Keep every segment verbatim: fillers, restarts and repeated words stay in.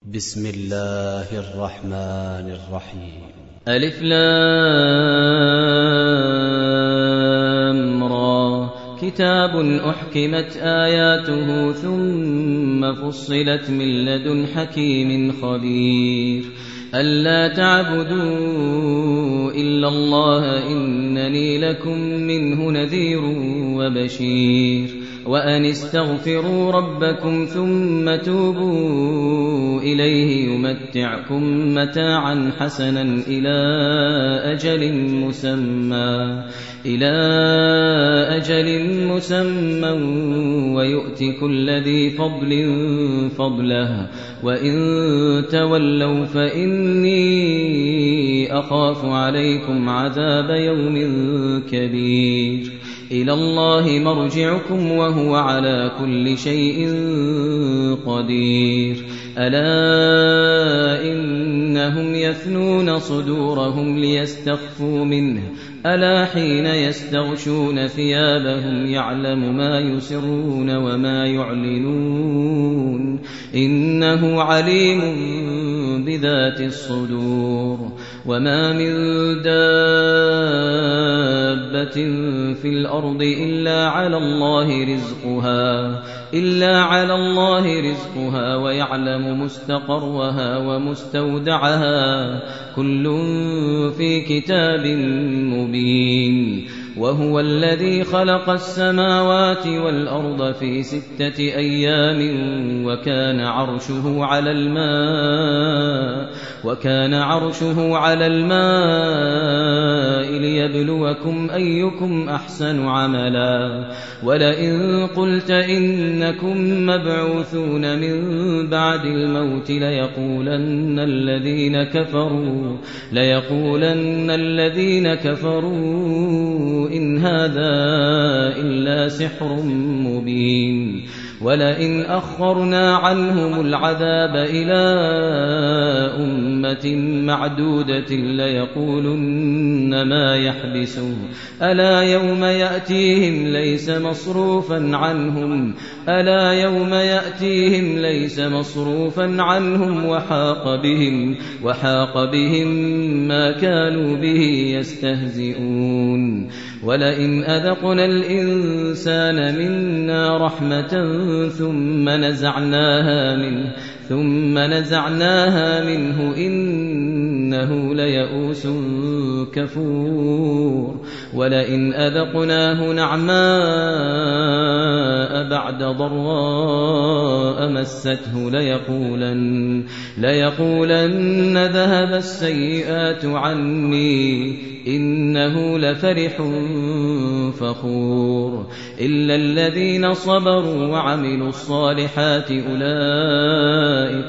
بسم الله الرحمن الرحيم. ألف لام را. كتاب أحكمت آياته ثم فصلت من لدن حكيم خبير. ألا تعبدوا إلا الله إنني لكم منه نذير وبشير. وأن استغفروا ربكم ثم توبوا إليه يمتعكم متاعا حسنا إلى أجل مسمى إلى أجل مسمى ويؤت كل ذي فضل فضله وإن تولوا فإني أخاف عليكم عذاب يوم كبير. إلى الله مرجعكم وهو على كل شيء قدير. ألا إنهم يثنون صدورهم ليستخفوا منه ألا حين يستغشون ثيابهم يعلم ما يسرون وما يعلنون إنه عليم بذات الصدور. وما من دابة في الأرض إلا على الله رزقها إلا على الله رزقها ويعلم مستقرها ومستودعها كل في كتاب مبين. وهو الذي خلق السماوات والأرض في ستة أيام وكان عرشه على الماء وكان عرشه على الماء ليبلوكم أيكم أحسن عملا. ولئن قلت إنكم مبعوثون من بعد الموت ليقولن الذين كفروا ليقولن الذين كفروا إن هذا إلا سحر مبين. ولئن أخرنا عنهم العذاب إلى أمة معدودة ليقولن ما يحبسه ألا يوم يأتيهم ليس مصروفا عنهم ألا يوم يأتيهم ليس مصروفا عنهم وحاق بهم وحاق بهم ما كانوا به يستهزئون. ولئن أذقنا الإنسان منا رحمة ثم نزعناها منه ثم نزعناها منه إنه ليئوس كفور. ولئن أذقناه نعماء بعد ضراء مسته ليقولن ليقولن ذهب السيئات عني إنه لفرح فخور. إلا الذين صبروا وعملوا الصالحات أولئك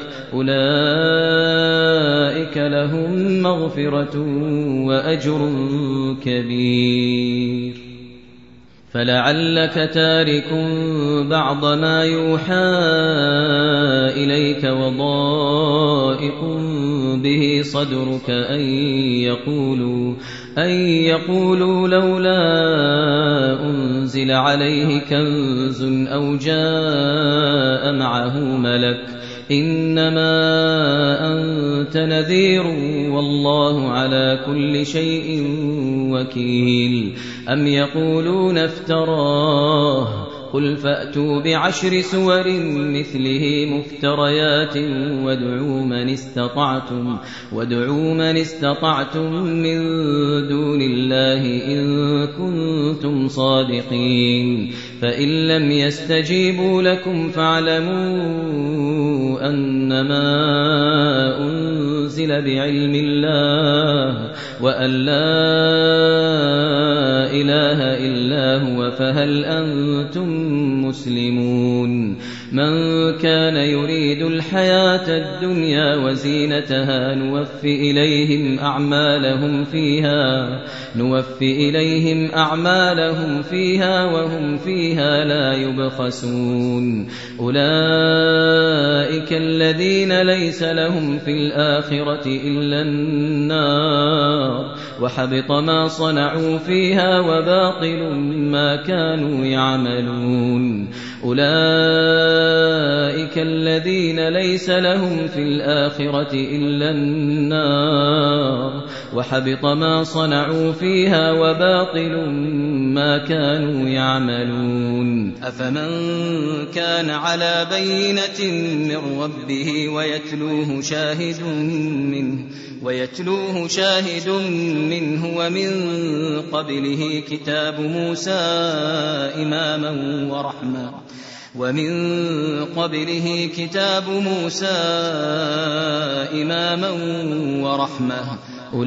أولئك لهم مغفرة وأجر كبير. فلعلك تارك بعض ما يوحى إليك وضائق به صدرك أن يقولوا أن يقولوا لولا أنزل عليه كنز أو جاء معه ملك إنما أنت نذير والله على كل شيء وكيل. أم يقولون افتراه قل فأتوا بعشر سور مثله مفتريات وادعوا من استطعتم وادعوا من استطعتم من دون الله إن كنتم صادقين. فإن لم يستجيبوا لكم فاعلموا أنما أنزل بعلم الله وأن لا إله إلا هو فهل أنتم مسلمون. من كان يريد الحياة الدنيا وزينتها نوفي إليهم أعمالهم فيها نوفي إليهم أعمالهم فيها وهم فيها لا يبخسون. أولئك الذين ليس لهم في الآخرة إلا النار وحبط ما صنعوا فيها وباطل ما كانوا يعملون. أولئك الذين الذين ليس لهم في الآخرة إلا النار وحبط ما صنعوا فيها وباطل ما كانوا يعملون أفمن كان على بينة من ربه ويتلوه شاهد منه ويتلوه شاهد منه ومن قبله كتاب موسى إماما ورحمة ومن قبله كتاب موسى إماما ورحمة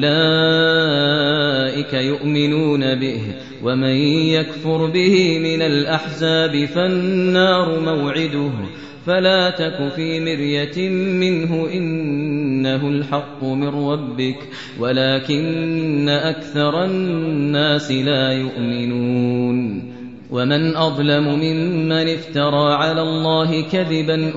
أولئك يؤمنون به ومن يكفر به من الأحزاب فالنار موعده فلا تك في مرية منه إنه الحق من ربك ولكن أكثر الناس لا يؤمنون ومن أظلم ممن افترى على الله كذبا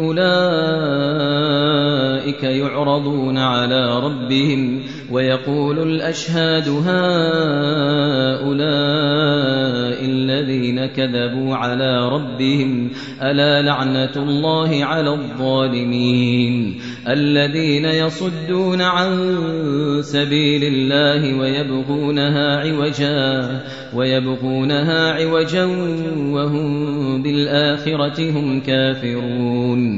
أولئك يعرضون على ربهم ويقول الأشهاد هؤلاء الذين كذبوا على ربهم ألا لعنة الله على الظالمين الذين يصدون عن سبيل الله ويبغونها عوجا ويبغونها عوجا وهم بالآخرة هم كافرون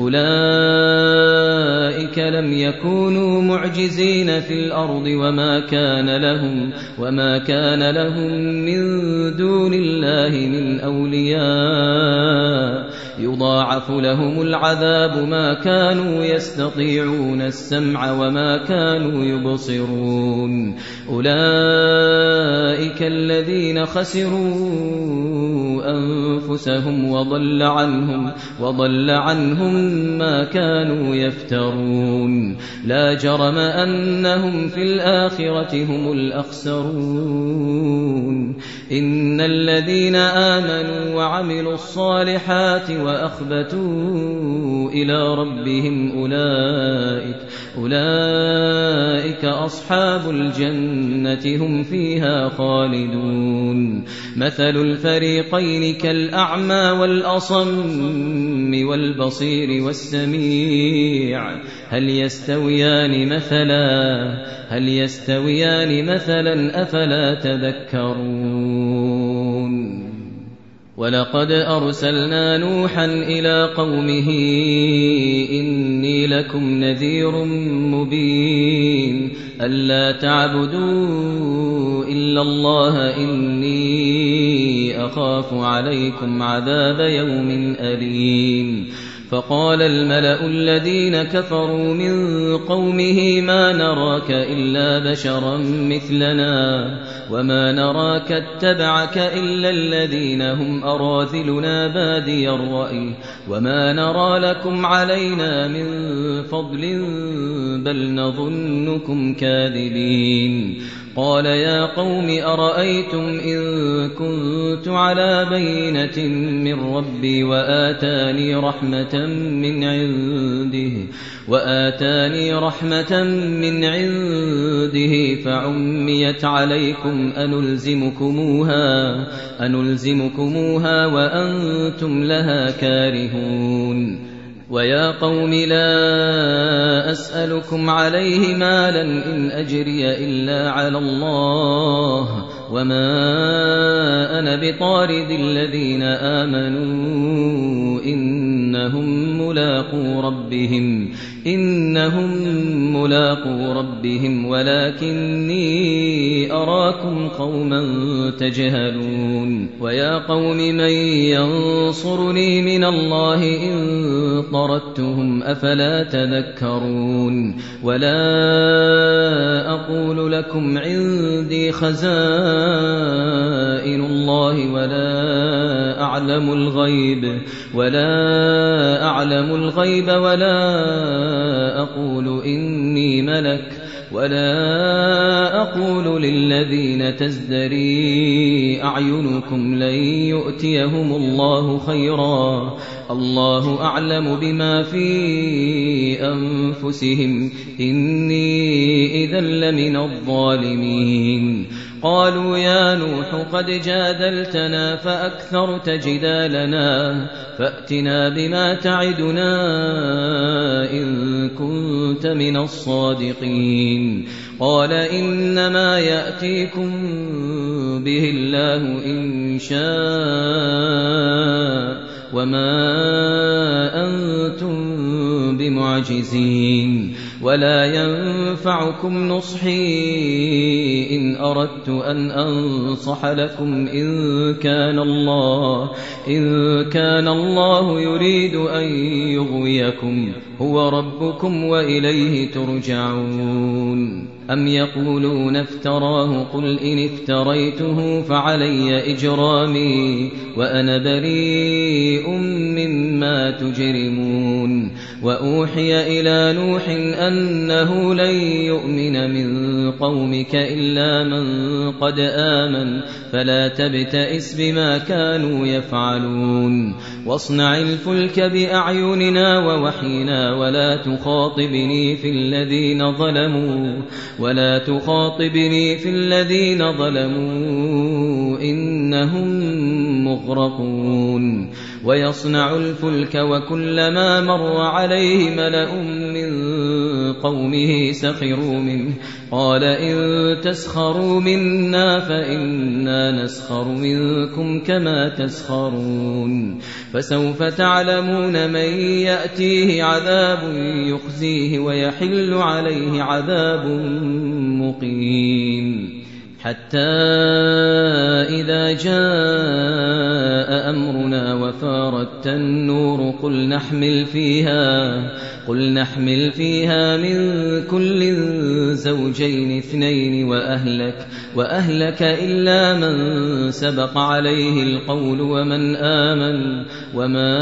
أولئك لم يكونوا معجزين في الأرض وما كان لهم وما كان لهم من دون الله من أولياء يضاعف لهم العذاب ما كانوا يستطيعون السمع وما كانوا يبصرون أولئك الذين خسروا أنفسهم وضل عنهم وضل عنهم ما كانوا يفترون لا جرم أنهم في الآخرة هم الأخسرون إن الذين آمنوا وعملوا الصالحات وأخبتوا إلى ربهم أولئك أولئك أصحاب الجنة هم فيها خالدون مثل الفريقين كالأعمى والأصم والبصير والسميع هل يستويان مثلا هل يستويان مثلا أفلا تذكرون ولقد أرسلنا نوحا إلى قومه إني لكم نذير مبين ألا تعبدوا إلا الله إني أخاف عليكم عذاب يوم أليم فقال الملأ الذين كفروا من قومه ما نراك إلا بشرا مثلنا وما نراك اتبعك إلا الذين هم أراذلنا بادي الرأي وما نرى لكم علينا من فضل بل نظنكم كاذبين قال يا قوم أرأيتم إن كنت على بينة من ربي وآتاني رحمة من عنده وآتاني رحمة من عنده فعميت عليكم أنلزمكموها أنلزمكموها وأنتم لها كارهون ويا قوم لا أسألكم عليه مالا إن أجري إلا على الله وما أنا بطارد الذين آمنوا إنهم ملاقو ربهم إنهم ملاقو ربهم ولكني أراكم قوما تجهلون ويا قوم من ينصرني من الله إن طردتهم أفلا تذكرون ولا أقول لكم عندي خزائن الله ولا أعلم الغيب ولا أعلم الغيب ولا أقول إني ملك ولا أقول للذين تزدري أعينكم لن يؤتيهم الله خيرا الله أعلم بما في أنفسهم إني إذا لمن الظالمين قالوا يا نوح قد جادلتنا فأكثرت جدالنا فأتنا بما تعدنا إن كنت من الصادقين قال إنما يأتيكم به الله إن شاء وما أنتم بمعجزين ولا ينفعكم نصحي إن أردت أن أنصح لكم إن كان الله إن كان الله يريد أن يغويكم هو ربكم وإليه ترجعون أم يقولون افتراه قل إن افتريته فعلي إجرامي وأنا بريء مما تجرمون وأوحي إلى نوح أنه لن يؤمن من قومك إلا من قد آمن فلا تبتئس بما كانوا يفعلون واصنع الفلك بأعيننا ووحينا ولا تخاطبني في الذين ظلموا ولا تخاطبني في الذين ظلموا إنهم مغرقون ويصنع الفلك وكلما مر عليه ملأ من قومه سخروا منه قال إن تسخروا منا فإنا نسخر منكم كما تسخرون فسوف تعلمون من يأتيه عذاب يخزيه ويحل عليه عذاب مقيم حتى إذا جاء أمرنا وفارت النور قل نحمل فيها قل نحمل فيها من كل زوجين اثنين وأهلك وأهلك إلا من سبق عليه القول ومن آمن وما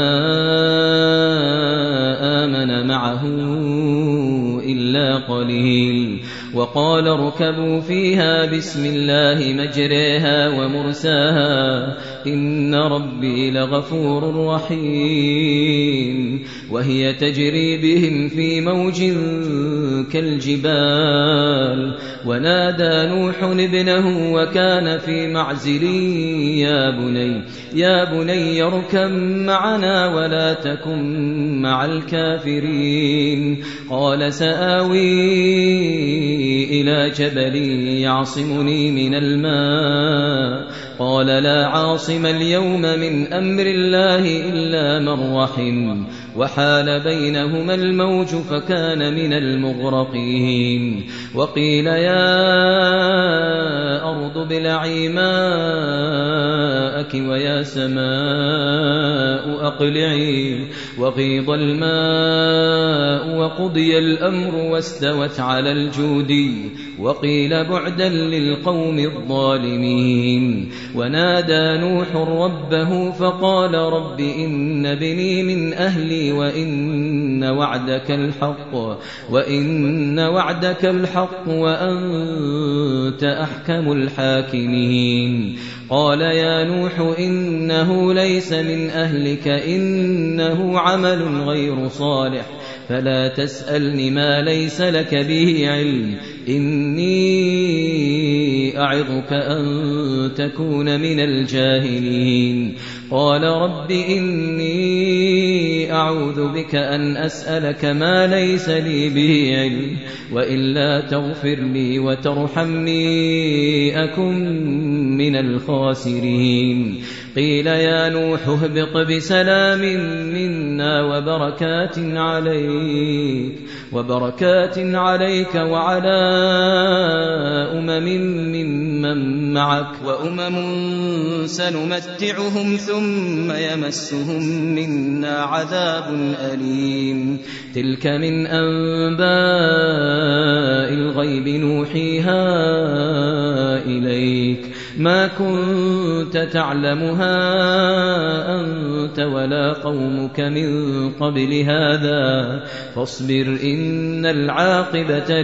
آمن معه إلا قليل وقال اركبوا فيها بسم الله مجريها ومرساها إن ربي لغفور رحيم وهي تجري بهم في موج كالجبال ونادى نوح ابنه وكان في معزل يا بني يا بني اركب معنا ولا تكن مع الكافرين قال سآوي إلى جبل يعصمني من الماء قال لا عاصم اليوم من أمر الله إلا من رحم وحال بينهما الموج فكان من المغرقين وقيل يا أرض ابلعي ماءك ويا سماء أقلعي وغيض الماء وقضي الأمر واستوت على الجودي وقيل بعدا للقوم الظالمين ونادى نوح ربه فقال رب إن ابني من أهلي وإن وعدك الحق وإن وعدك الحق وأنت أحكم الحاكمين قال يا نوح إنه ليس من أهلك إنه عمل غير صالح فلا تسألني ما ليس لك به علم إني أعظك أن تكون من الجاهلين قال رب إني أعوذ بك أن أسألك ما ليس لي به علم وإلا تغفر لي وترحمني أكن من الخاسرين قيل يا نوح اهبط بسلام منا وبركات عليك وبركات عليك وعلى أمم ممن معك وأمم سنمتعهم ثم يمسهم منا عذاب أليم تلك من أنباء الغيب نوحيها إليك ما كنت تعلمها أنت ولا قومك من قبل هذا فاصبر إن العاقبة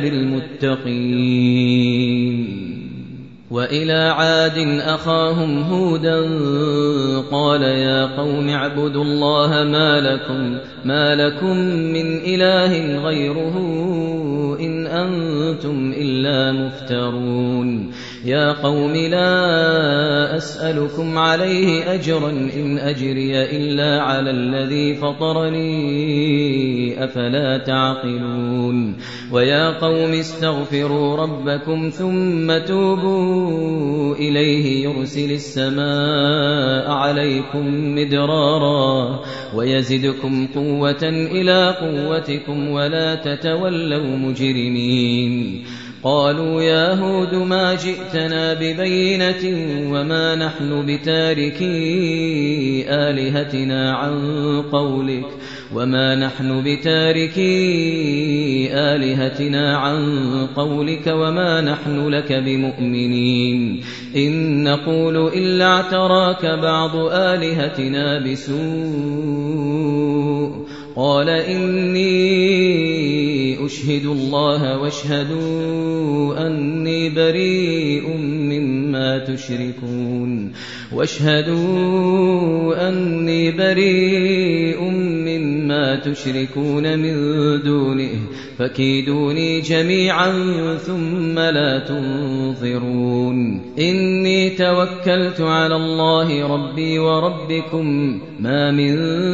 للمتقين وإلى عاد أخاهم هودا قال يا قوم اعبدوا الله ما لكم ما لكم من إله غيره إن أنتم إلا مفترون يا قوم لا أسألكم عليه أجرا إن أجري إلا على الذي فطرني أفلا تعقلون ويا قوم استغفروا ربكم ثم توبوا إليه يرسل السماء عليكم مدرارا ويزدكم قوة إلى قوتكم ولا تتولوا مجرمين قالوا يا هود ما جئتنا ببينة وما نحن بتاركي آلهتنا عن قولك وما نحن بتاركي آلهتنا عن قولك وما نحن لك بمؤمنين إن نقول إلا اعتراك بعض آلهتنا بسوء قال إني أشهد الله واشهدوا أني بريء مما تشركون واشهدوا أني بريء مما تشركون من دونه فكيدوني جميعا ثم لا تنظرون إني توكلت على الله ربي وربكم ما من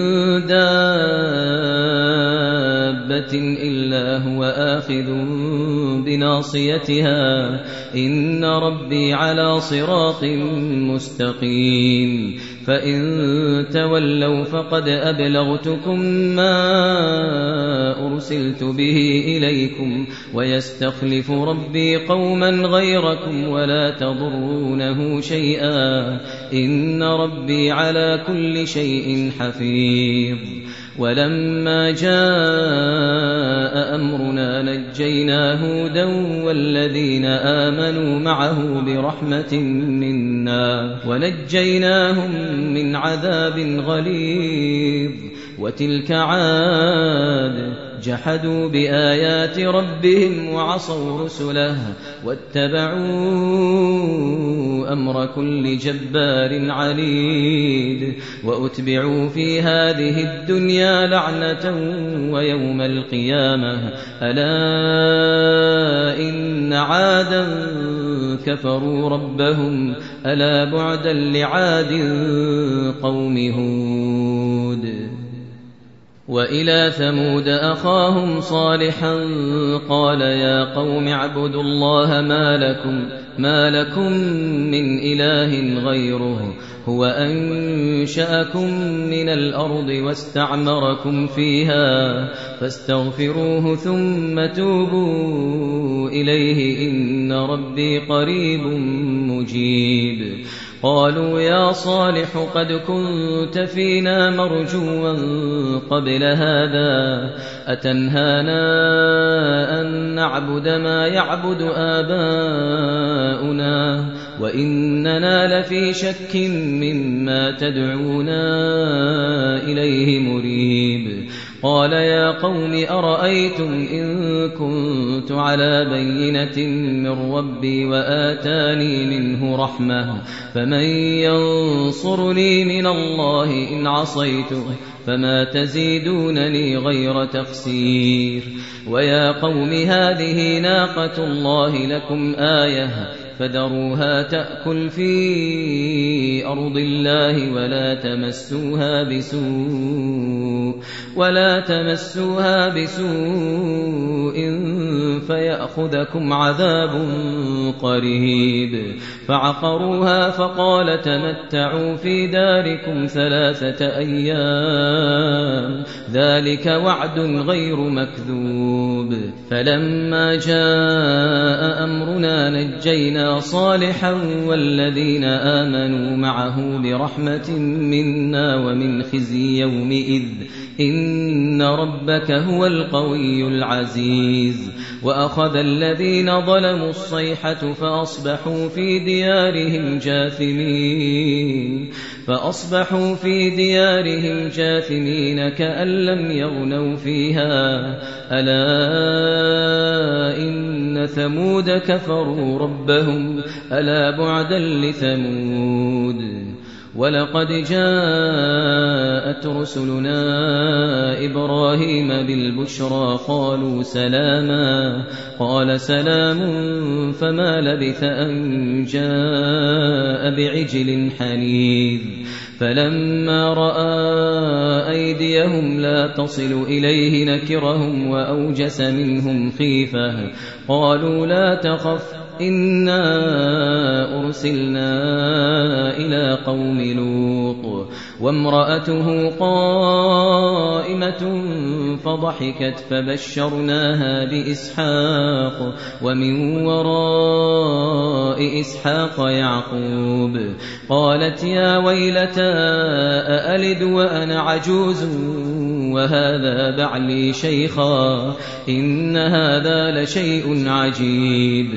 دابة إلا هو آخذ بناصيتها إن ربي على صراط مستقيم فإن تولوا فقد أبلغتكم ما أرسلت به إليكم ويستخلف ربي قوما غيركم ولا تضرونه شيئا إن ربي على كل شيء حفيظ ولما جاء أمرنا نجينا هودا والذين آمنوا معه برحمة منا ونجيناهم من عذاب غليظ وتلك عاد جحدوا بآيات ربهم وعصوا رسله واتبعوا أمر كل جبار عنيد وأتبعوا في هذه الدنيا لعنة ويوم القيامة ألا إن عادا كفروا ربهم ألا بعدا لعاد قوم هود وإلى ثمود أخاهم صالحا قال يا قوم اعبدوا الله ما لكم ما لكم من إله غيره هو أنشأكم من الأرض واستعمركم فيها فاستغفروه ثم توبوا إليه إن ربي قريب مجيب قالوا يا صالح قد كنت فينا مرجوا قبل هذا أتنهانا أن نعبد ما يعبد آباؤنا وإننا لفي شك مما تدعونا إليه مريب قال يا قوم أرأيتم إن كنت على بينة من ربي وآتاني منه رحمة فمن ينصرني من الله إن عصيته فما تزيدونني غير تخسير ويا قوم هذه ناقة الله لكم آية فذروها تأكل في أرض الله ولا تمسوها بسوء ولا تمسوها بسوء فيأخذكم عذاب قريب فعقروها فقال تمتعوا في داركم ثلاثة أيام ذلك وعد غير مكذوب فلما جاء أمرنا نجينا صالحا والذين آمنوا معه برحمة منا ومن خزي يومئذ إن ربك هو القوي العزيز وأخذ الذين ظلموا الصيحة فأصبحوا في ديارهم جاثمين فأصبحوا في ديارهم جاثمين كأن لم يغنوا فيها ألا إن ثمود كفروا ربهم ألا بعدا لثمود ولقد جاءت رسلنا إبراهيم بالبشرى قالوا سلاما قال سلام فما لبث أن جاء بعجل حنيذ فلما رأى أيديهم لا تصل إليه نكرهم وأوجس منهم خيفة قالوا لا تخف إنا أرسلنا إلى قوم لوط وامرأته قائمة فضحكت فبشرناها بإسحاق ومن وراء إسحاق يعقوب قالت يا ويلتى أألد وأنا عجوز وهذا بعلي شيخا إن هذا لشيء عجيب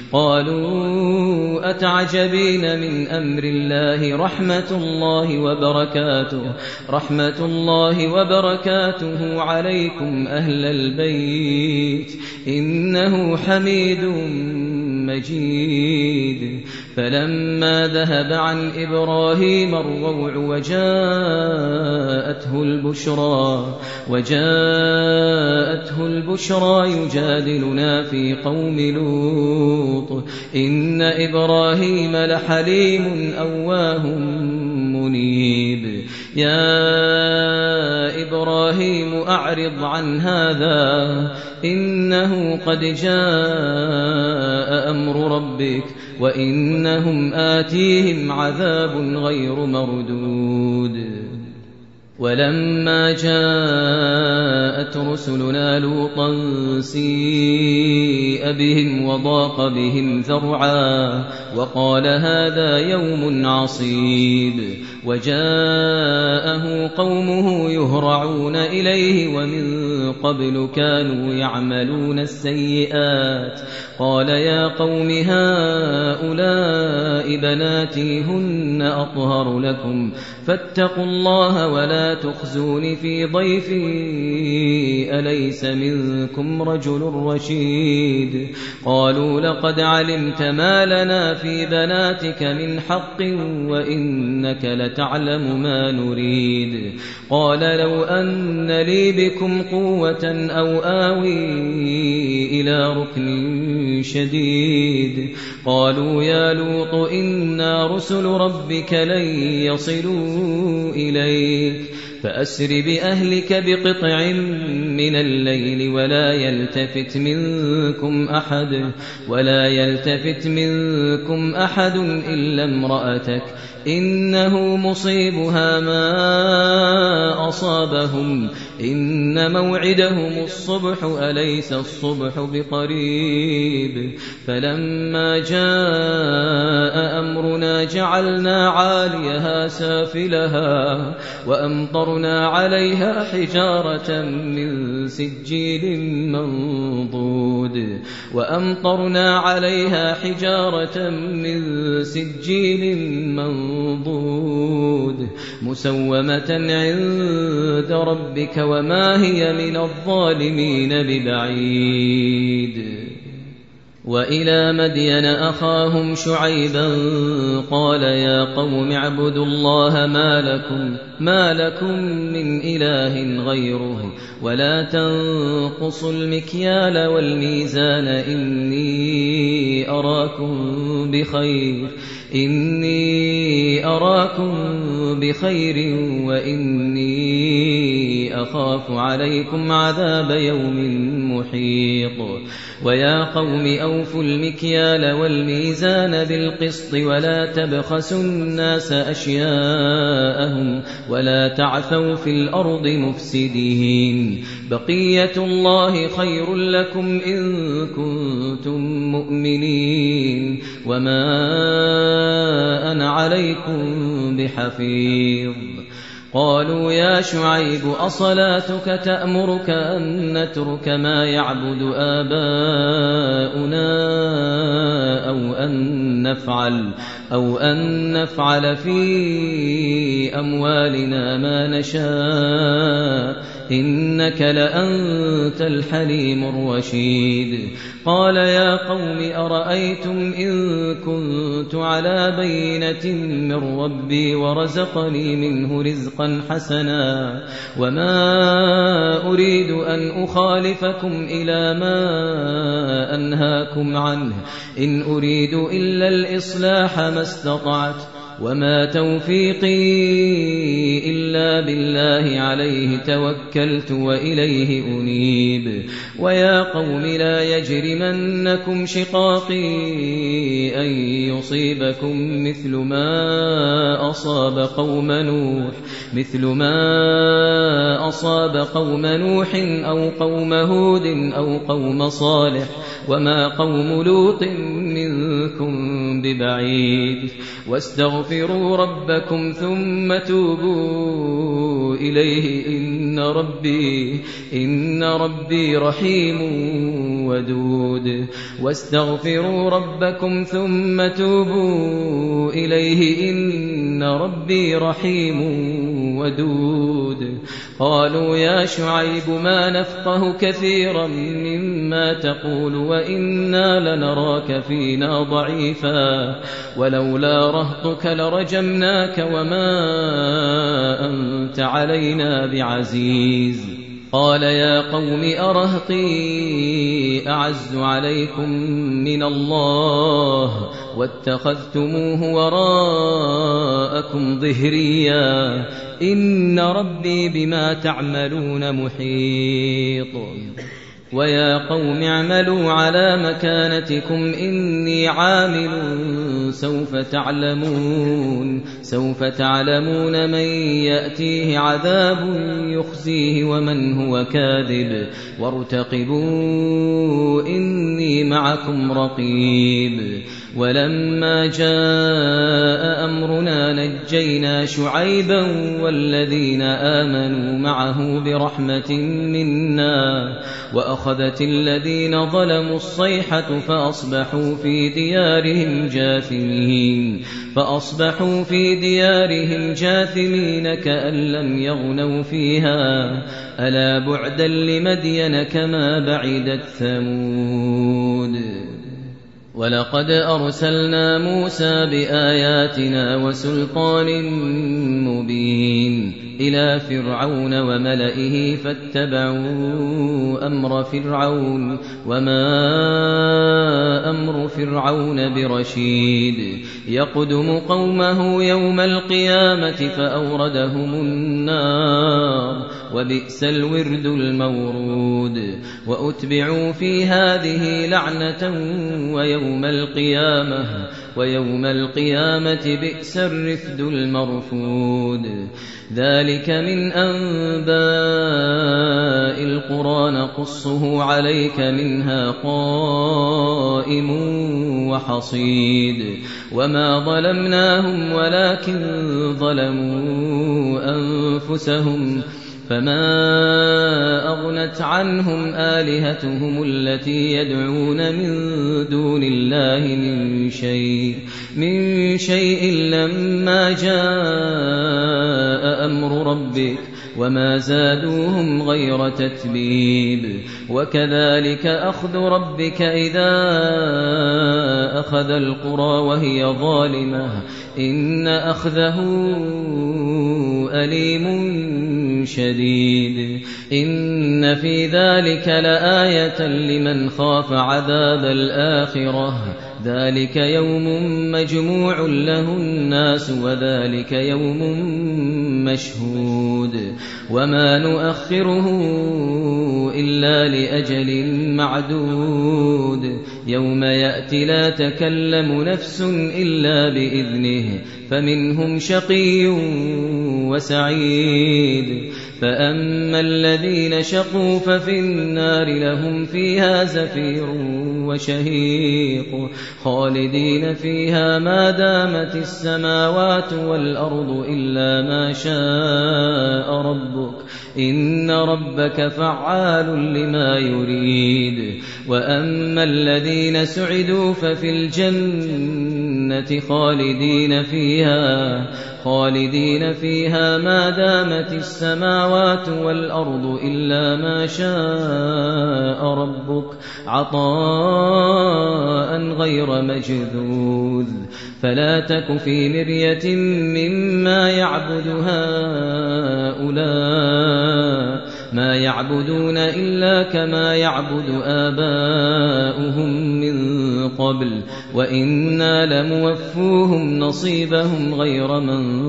قالوا أتعجبين من أمر الله رحمة الله وبركاته رحمة الله وبركاته عليكم أهل البيت إنه حميد مجيد فلما ذهب عن إبراهيم الروع وجاءته البشرى وجاءته البشرى يجادلنا في قوم لوط إن إبراهيم لحليم أواه منيب يا إبراهيم أعرض عن هذا إنه قد جاء أمر ربك وإنهم آتيهم عذاب غير مردود ولما جاءت رسلنا لوطا سيء بهم وضاق بهم ذرعا وقال هذا يوم عصيب وجاءه قومه يهرعون إليه ومن قبل كانوا يعملون السيئات قال يا قوم هؤلاء بناتي هن أطهر لكم فاتقوا الله ولا تخزون في ضيفي أليس منكم رجل رشيد قالوا لقد علمت ما لنا في بناتك من حق وإنك لتعلم ما نريد قال لو أن لي بكم قوة أو آوي إلى ركن شديد قالوا يا لوط إنا رسل ربك لن يصلوا إليك فأسر بأهلك بقطع من الليل ولا يلتفت منكم أحد ولا يلتفت منكم أحد إلا امرأتك إنه مصيبها ما أصابهم إن موعدهم الصبح أليس الصبح بقريب فلما جاء أمرنا جعلنا عاليها سافلها وأمطرنا عليها حجارة من سجيل منضود وأمطرنا عليها حجارة من سجيل منضود منضود مسومة عند ربك وما هي من الظالمين ببعيد وإلى مدين أخاهم شعيبا قال يا قوم اعبدوا الله ما لكم ما لكم من إله غيره ولا تنقصوا المكيال والميزان إني أراكم بخير إني أراكم بخير وإني أخاف عليكم عذاب يوم محيط ويا قوم أوفوا المكيال والميزان بالقسط ولا تبخسوا الناس أشياءهم ولا تعثوا في الأرض مفسدين بقية الله خير لكم إن كنتم مؤمنين وما أنا عليكم بحفيظ قالوا يا شعيب أصلاتك تأمرك أن نترك ما يعبد آباؤنا أو أن نفعل أو أن نفعل في أموالنا ما نشاء إنك لأنت الحليم الرشيد قال يا قوم أرأيتم إن كنت على بينة من ربي ورزقني منه رزقا حسنا وما أريد أن أخالفكم إلى ما أنهاكم عنه إن أريد إلا الإصلاح ما استطعت وما توفيقي إلا بالله عليه توكلت وإليه أنيب ويا قوم لا يجرمنكم شقاقي أن يصيبكم مثل ما أصاب قوم نوح مثل ما أصاب قوم نوح أو قوم هود أو قوم صالح وما قوم لوط منكم ببعيد واستغفروا ربكم ثم توبوا إليه إن ربي إن ربي رحيم ودود واستغفروا ربكم ثم توبوا إليه إن ربي رحيم ودود قالوا يا شعيب ما نفقه كثيرا مما تقول وإنا لنراك فينا ضعيفا ولولا رهطك لرجمناك وما أنت علينا بعزيز قال يا قوم أرهطي أعز عليكم من الله واتخذتموه وراءكم ظهريا إن ربي بما تعملون محيط ويا قوم اعملوا على مكانتكم إني عامل سوف تعلمون سوف تعلمون من يأتيه عذاب يخزيه ومن هو كاذب وارتقبوا إني معكم رقيب ولما جاء أمرنا نجينا شعيبا والذين آمنوا معه برحمة منا وأخذت الذين ظلموا الصيحة فأصبحوا في ديارهم جاثمين فأصبحوا في ديارهم جاثمين كأن لم يغنوا فيها ألا بعدا لمدين كما بعدت ثمود ولقد أرسلنا موسى بآياتنا وسلطان مبين إلى فرعون وملئه فاتبعوا أمر فرعون وما أمر فرعون برشيد يقدم قومه يوم القيامة فأوردهم النار وبئس الورد المورود وأتبعوا في هذه لعنة ويوم القيامة ويوم القيامة بئس الرفد المرفود ذلك من أنباء القرى نقصه عليك منها قائم وحصيد وما ظلمناهم ولكن ظلموا أنفسهم فما أغنت عنهم آلهتهم التي يدعون من دون الله من شيء من شيء لما جاء أمر ربك وما زادوهم غير تتبيب وكذلك أخذ ربك إذا أخذ القرى وهي ظالمة إن أخذه أليم شديد إن في ذلك لآية لمن خاف عذاب الآخرة ذلك يوم مجموع له الناس وذلك يوم مشهود وما نؤخره إلا لأجل معدود يوم يأتي لا تكلم نفس إلا بإذنه فمنهم شقي وسعيد فأما الذين شقوا ففي النار لهم فيها زفير وشهيق خالدين فيها ما دامت السماوات والأرض إلا ما شاء ربك إن ربك فعال لما يريد وأما الذين سعدوا ففي الجنة الجنة خالدين فيها خالدين فيها ما دامت السماوات والأرض إلا ما شاء ربك عطاء غير مجذوذ فلا تك في مرية مما يعبد هؤلاء ما يعبدون إلا كما يعبد آباؤهم من قبل وإنا لموفوهم نصيبهم غير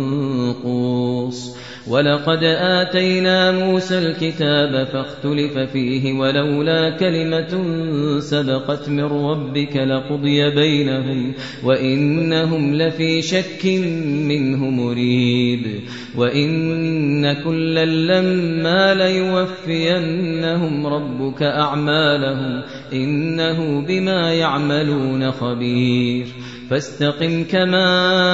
منقوص ولقد آتينا موسى الكتاب فاختلف فيه ولولا كلمة سبقت من ربك لقضي بينهم وإنهم لفي شك منه مريب وإن كلا لما ليوفينهم ربك أعمالهم إنه بما يعملون خبير فاستقم كما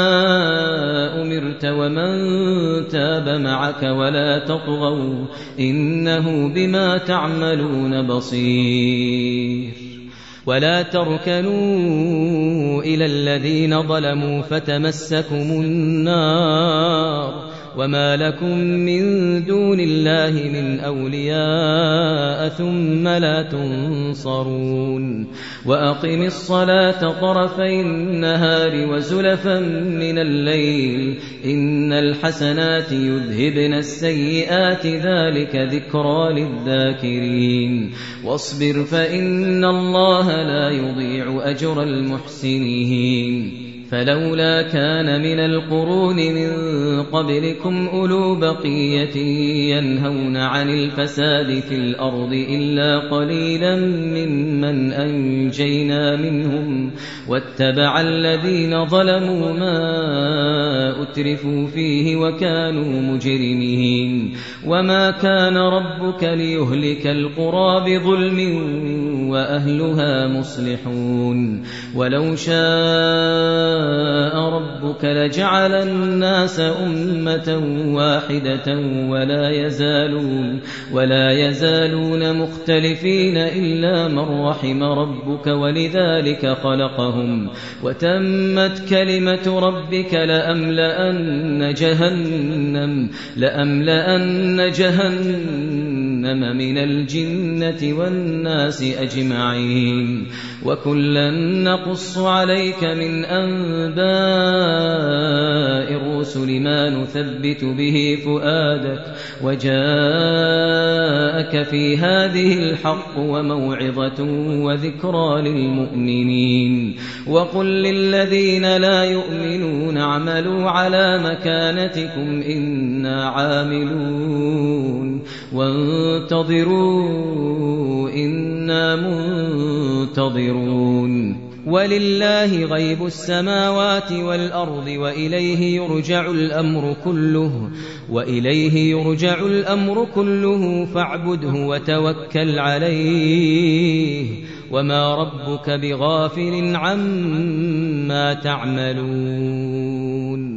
أمرت ومن تاب معك ولا تطغوا إنه بما تعملون بصير ولا تركنوا إلى الذين ظلموا فتمسكم النار وما لكم من دون الله من أولياء ثم لا تنصرون وأقم الصلاة طرفي النهار وزلفا من الليل إن الحسنات يذهبن السيئات ذلك ذكرى للذاكرين واصبر فإن الله لا يضيع أجر المحسنين فلولا كان من القرون من قبلكم أولو بقية ينهون عن الفساد في الأرض إلا قليلا ممن أنجينا منهم واتبع الذين ظلموا ما أترفوا فيه وكانوا مجرمين وما كان ربك ليهلك القرى بظلم وأهلها مصلحون ولو شاء ربك لجعل الناس أمة واحدة ولا يزالون ولا يزالون مختلفين إلا من رحم ربك ولذلك خلقهم وتمت كلمة ربك لأملأن جهنم لأملأن جهنم من الجنة والناس أجمعين وكلا نقص عليك من أنباء الرسل ما نثبت به فؤادك وجاءك في هذه الحق وموعظة وذكرى للمؤمنين وقل للذين لا يؤمنون اعملوا على مكانتكم إنا عاملون وانتظروا إنا منتظرون ولله غيب السماوات والأرض وإليه يرجع الأمر كله وإليه يرجع الأمر كله فاعبده وتوكل عليه وما ربك بغافل عما تعملون